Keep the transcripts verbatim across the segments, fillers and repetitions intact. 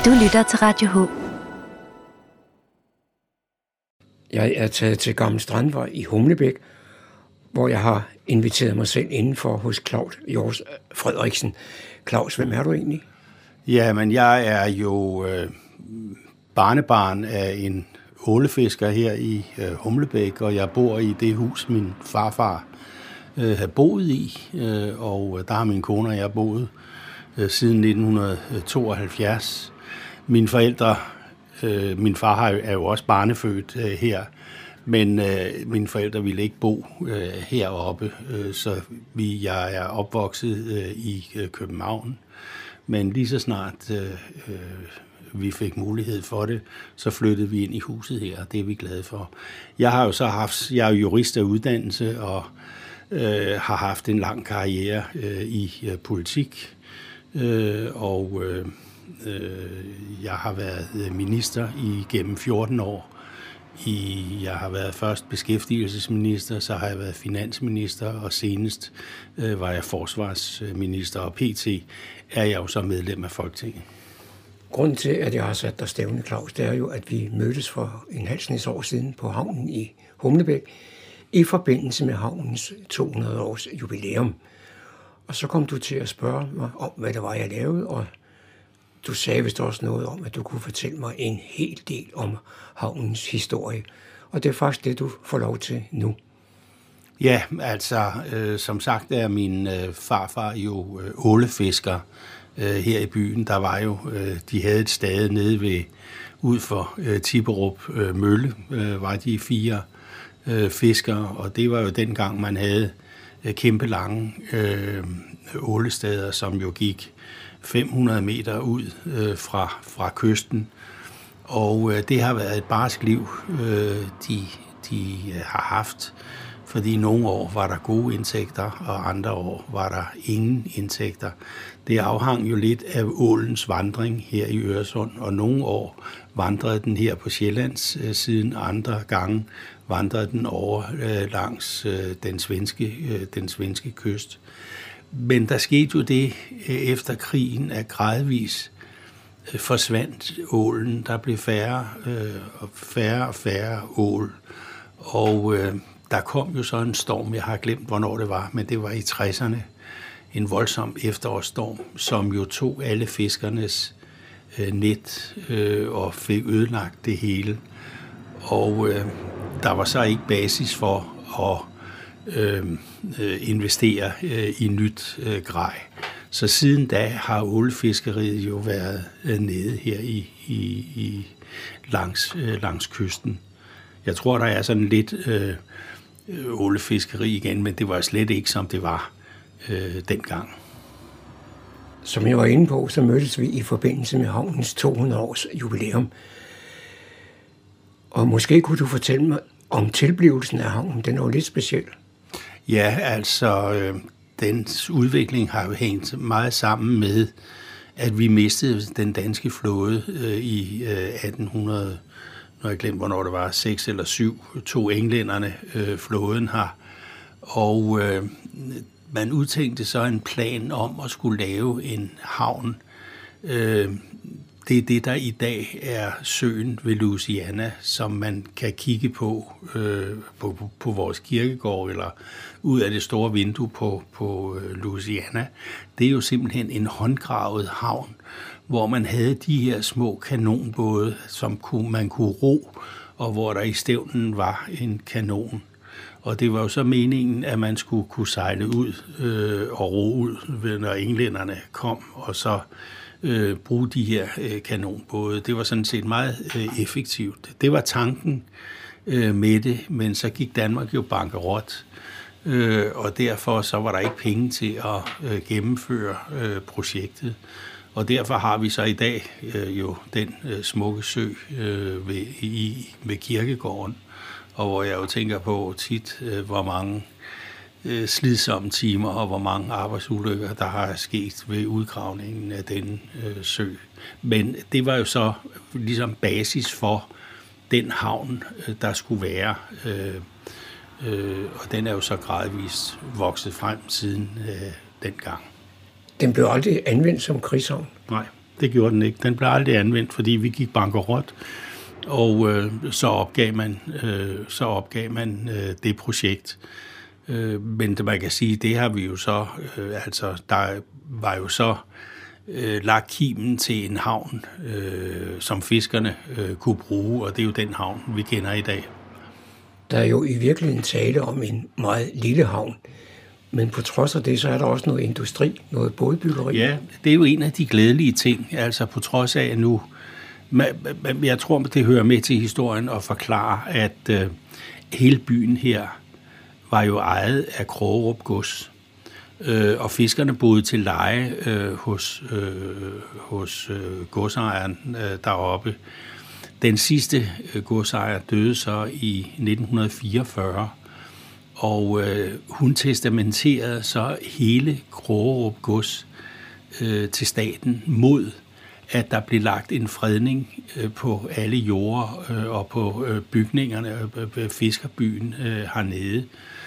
Du lytter til Radio H. Jeg er taget til Gammel Strandvej i Humlebæk, hvor jeg har inviteret mig selv indenfor hos Claus Hjort Frederiksen. Claus, hvem er du egentlig? Ja, men jeg er jo øh, barnebarn af en ålefisker her i øh, Humlebæk, og jeg bor i det hus, min farfar øh, har boet i, øh, og der har min kone og jeg boet øh, siden nitten tooghalvfjerds. Mine forældre, øh, min far er jo også barnefødt øh, her, men øh, mine forældre ville ikke bo øh, heroppe, øh, så vi, jeg er opvokset øh, i øh, København. Men lige så snart øh, øh, vi fik mulighed for det, så flyttede vi ind i huset her, og det er vi glade for. Jeg har jo så haft, jeg er jo jurist af uddannelse og øh, har haft en lang karriere øh, i øh, politik, øh, og øh, øh, jeg har været minister i gennem fjorten år. I, jeg har været først beskæftigelsesminister, så har jeg været finansminister, og senest øh, var jeg forsvarsminister, og pt. er jeg jo så medlem af Folketinget. Grunden til, at jeg har sat dig stævne, Claus, det er jo, at vi mødtes for en halv snes år siden på havnen i Humlebæk i forbindelse med havnens to hundrede års jubilæum. Og så kom du til at spørge mig om, hvad det var, jeg lavede, og du sagde vist også noget om, at du kunne fortælle mig en hel del om havnens historie. Og det er faktisk det, du får lov til nu. Ja, altså, øh, som sagt er min øh, farfar jo øh, ålefisker øh, her i byen. Der var jo, øh, de havde et stade nede ved, ud for øh, Tiberup øh, Mølle, øh, var de fire øh, fiskere, og det var jo dengang, man havde øh, kæmpe lange øh, ålestader, som jo gik fem hundrede meter ud øh, fra, fra kysten. Og øh, det har været et barsk liv, øh, de, de har haft, fordi nogle år var der gode indtægter, og andre år var der ingen indtægter. Det afhang jo lidt af ålens vandring her i Øresund, og nogle år vandrede den her på Sjællands øh, siden, andre gange vandrede den over øh, langs øh, den, svenske, øh, den svenske kyst. Men der skete jo det efter krigen, at gradvis forsvandt ålen. Der blev færre og færre og færre ål. Og øh, der kom jo så en storm, jeg har glemt, hvornår det var, men det var i tresserne. En voldsom efterårsstorm, som jo tog alle fiskernes øh, net øh, og fik ødelagt det hele. Og øh, der var så ikke basis for at Øh, investere øh, i nyt øh, grej. Så siden da har ålefiskeriet jo været øh, nede her i, i, i langs, øh, langs kysten. Jeg tror, der er sådan lidt øh, ålefiskeri igen, men det var slet ikke, som det var øh, dengang. Som jeg var inde på, så mødtes vi i forbindelse med havnens to hundrede års jubilæum. Og måske kunne du fortælle mig om tilblivelsen af havnen. Den er jo lidt speciel. Ja, altså, øh, dens udvikling har jo hængt meget sammen med, at vi mistede den danske flåde øh, i øh, atten hundrede, når jeg glemte, hvornår det var, seks eller syv, to englænderne øh, flåden her. Og øh, man udtænkte så en plan om at skulle lave en havn. Øh, Det er det, der i dag er søen ved Louisiana, som man kan kigge på øh, på, på, på vores kirkegård eller ud af det store vindue på, på øh, Louisiana. Det er jo simpelthen en håndgravet havn, hvor man havde de her små kanonbåde, som kunne, man kunne ro, og hvor der i stævnen var en kanon. Og det var jo så meningen, at man skulle kunne sejle ud øh, og ro ud, når englænderne kom, og så Øh, bruge de her øh, kanonbåde. Det var sådan set meget øh, effektivt. Det var tanken øh, med det, men så gik Danmark jo bankerot, øh, og derfor så var der ikke penge til at øh, gennemføre øh, projektet. Og derfor har vi så i dag øh, jo den øh, smukke sø øh, ved, i, ved kirkegården, og hvor jeg jo tænker på tit, øh, hvor mange slidsomme timer, og hvor mange arbejdsulykker, der har sket ved udgravningen af den øh, sø. Men det var jo så ligesom basis for den havn, øh, der skulle være. Øh, øh, og den er jo så gradvist vokset frem siden øh, dengang. Den blev aldrig anvendt som krigshavn? Nej. det gjorde den ikke. Den blev aldrig anvendt, fordi vi gik bankerot, og øh, så opgav man, øh, så opgav man øh, det projekt. Øh, men det, man kan sige, det har vi jo så, øh, altså der var jo så øh, lagt kimen til en havn, øh, som fiskerne øh, kunne bruge, og det er jo den havn, vi kender i dag. Der er jo i virkeligheden tale om en meget lille havn, men på trods af det, så er der også noget industri, noget bådbyggeri. Ja, det er jo en af de glædelige ting, altså på trods af at nu, jeg tror, det hører med til historien at forklare, at øh, hele byen her var jo ejet af Krogerup gods, øh, og fiskerne boede til leje øh, hos, øh, hos øh, godsejeren øh, deroppe. Den sidste øh, godsejer døde så i nitten fireogfyrre, og øh, hun testamenterede så hele Krogerup gods øh, til staten mod, at der blev lagt en fredning øh, på alle jorder øh, og på øh, bygningerne, øh, fiskerbyen øh, hernede.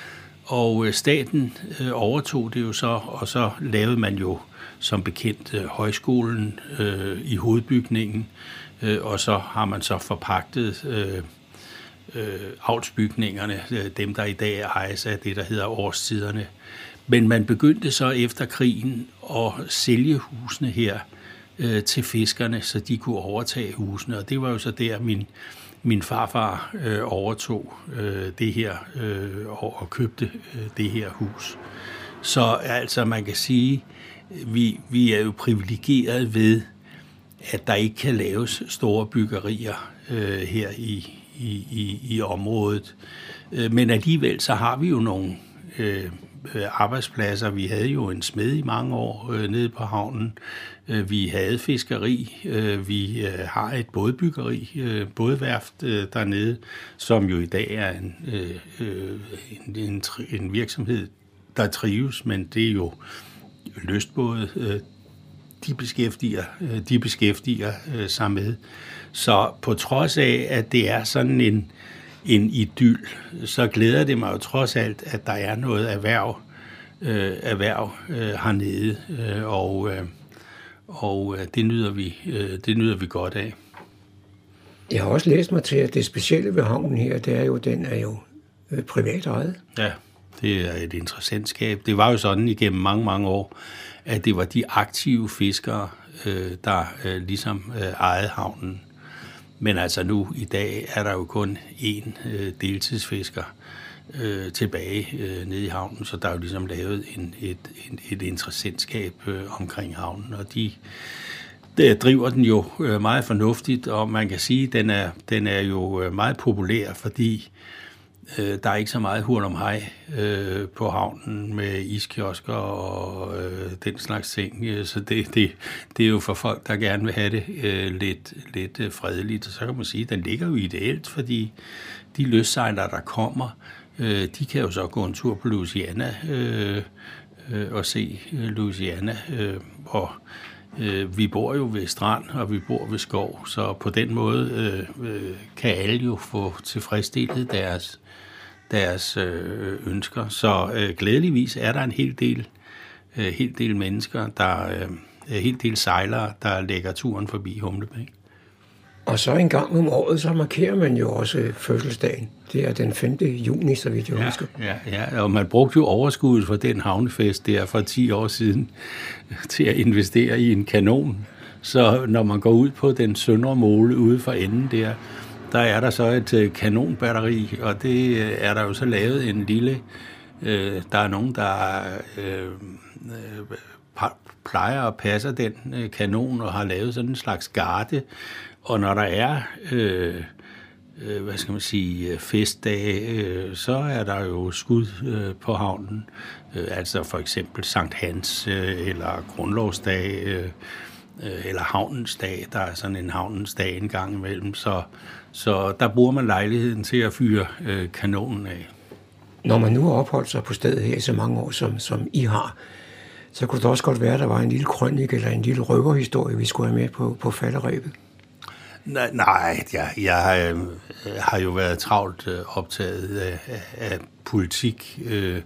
Og øh, staten øh, overtog det jo så, og så lavede man jo som bekendt øh, højskolen øh, i hovedbygningen, øh, og så har man så forpagtet øh, øh, avlsbygningerne, øh, dem der i dag ejes af det, der hedder Årstiderne. Men man begyndte så efter krigen at sælge husene her øh, til fiskerne, så de kunne overtage husene, og det var jo så der, min, min farfar øh, overtog øh, det her øh, og, og købte øh, det her hus. Så altså man kan sige, vi, vi er jo privilegeret ved, at der ikke kan laves store byggerier øh, her i, i, i, i området. Men alligevel så har vi jo nogle øh, arbejdspladser. Vi havde jo en smed i mange år øh, nede på havnen. Vi havde fiskeri. Øh, vi øh, har et bådbyggeri, øh, bådværft øh, dernede, som jo i dag er en, øh, en, en, en virksomhed, der trives, men det er jo lystbåde, øh, de beskæftiger, øh, de beskæftiger øh, sig med. Så på trods af, at det er sådan en, en idyl, så glæder det mig jo trods alt, at der er noget erhverv, øh, erhverv øh, hernede, øh, og, øh, og øh, det, nyder vi, øh, det nyder vi godt af. Jeg har også læst mig til, at det specielle ved havnen her, det er jo, den er jo øh, privat ejet. Ja, det er et interessantskab. Det var jo sådan igennem mange, mange år, at det var de aktive fiskere, øh, der øh, ligesom øh, ejede havnen. Men altså nu i dag er der jo kun én øh, deltidsfisker øh, tilbage øh, nede i havnen, så der er jo ligesom lavet en, et, et, et interessentskab øh, omkring havnen, og de der driver den jo øh, meget fornuftigt, og man kan sige, at den er, den er jo øh, meget populær, fordi øh, der er ikke så meget hurn om hej øh, på havnen med iskiosker og øh, den slags ting, så det, det, det er jo for folk, der gerne vil have det øh, lidt, lidt øh, fredeligt, og så kan man sige, at den ligger jo ideelt, fordi de lystsejlere, der kommer, øh, de kan jo så gå en tur på Louisiana øh, øh, og se øh, Louisiana, øh, og øh, vi bor jo ved strand, og vi bor ved skov, så på den måde øh, øh, kan alle jo få tilfredsstillet deres deres øh, ønsker. Så øh, glædeligvis er der en hel del, øh, hel del mennesker, der øh, en hel del sejlere, der lægger turen forbi Humlebæk. Og så en gang om året, så markerer man jo også fødselsdagen. Det er den femte juni, så vidt jeg ja, husker. Ja, ja, og man brugte jo overskuddet for den havnefest der for ti år siden til at investere i en kanon. Så når man går ud på den søndre mole ude for enden der, der er der så et kanonbatteri, og det er der jo så lavet en lille... Øh, der er nogen, der øh, øh, plejer at passe den øh, kanon og har lavet sådan en slags garde. Og når der er, øh, øh, hvad skal man sige, festdage, øh, så er der jo skud øh, på havnen. Øh, altså for eksempel Sankt Hans øh, eller Grundlovsdag øh, eller Havnens Dag. Der er sådan en Havnens Dag en gang imellem, så... Så der bruger man lejligheden til at fyre øh, kanonen af. Når man nu har opholdt sig på stedet her i så mange år, som, som I har, så kunne det også godt være, at der var en lille krønik eller en lille røverhistorie, vi skulle have med på, på falderebet. Nej, nej jeg, jeg øh, har jo været travlt øh, optaget af, af, af politik, øh,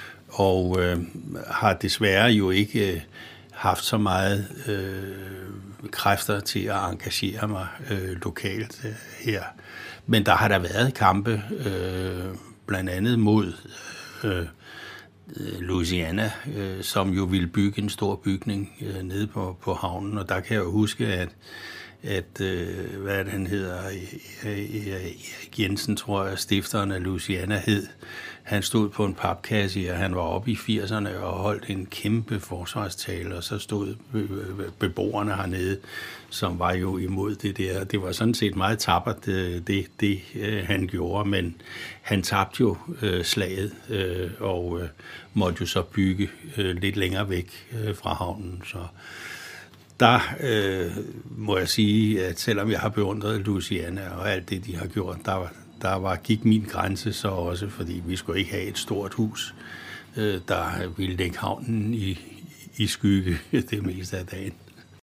og øh, har desværre jo ikke øh, haft så meget... Øh, kræfter til at engagere mig øh, lokalt øh, her. Men der har der været kampe, øh, blandt andet mod øh, Louisiana, øh, som jo ville bygge en stor bygning øh, nede på, på havnen, og der kan jeg jo huske, at, at øh, hvad han hedder, Erik Jensen, tror jeg, stifteren af Louisiana hed, han stod på en papkasse, og han var oppe i firserne og holdt en kæmpe forsvarstale, og så stod beboerne hernede, som var jo imod det der. Det var sådan set meget tappert, det, det, det han gjorde, men han tabte jo øh, slaget, øh, og øh, måtte jo så bygge øh, lidt længere væk øh, fra havnen. Så der øh, må jeg sige, at selvom jeg har beundret Louisiana og alt det, de har gjort, der var Der var, gik min grænse så også, fordi vi skulle ikke have et stort hus, øh, der ville lægge havnen i, i skygge det meste af dagen.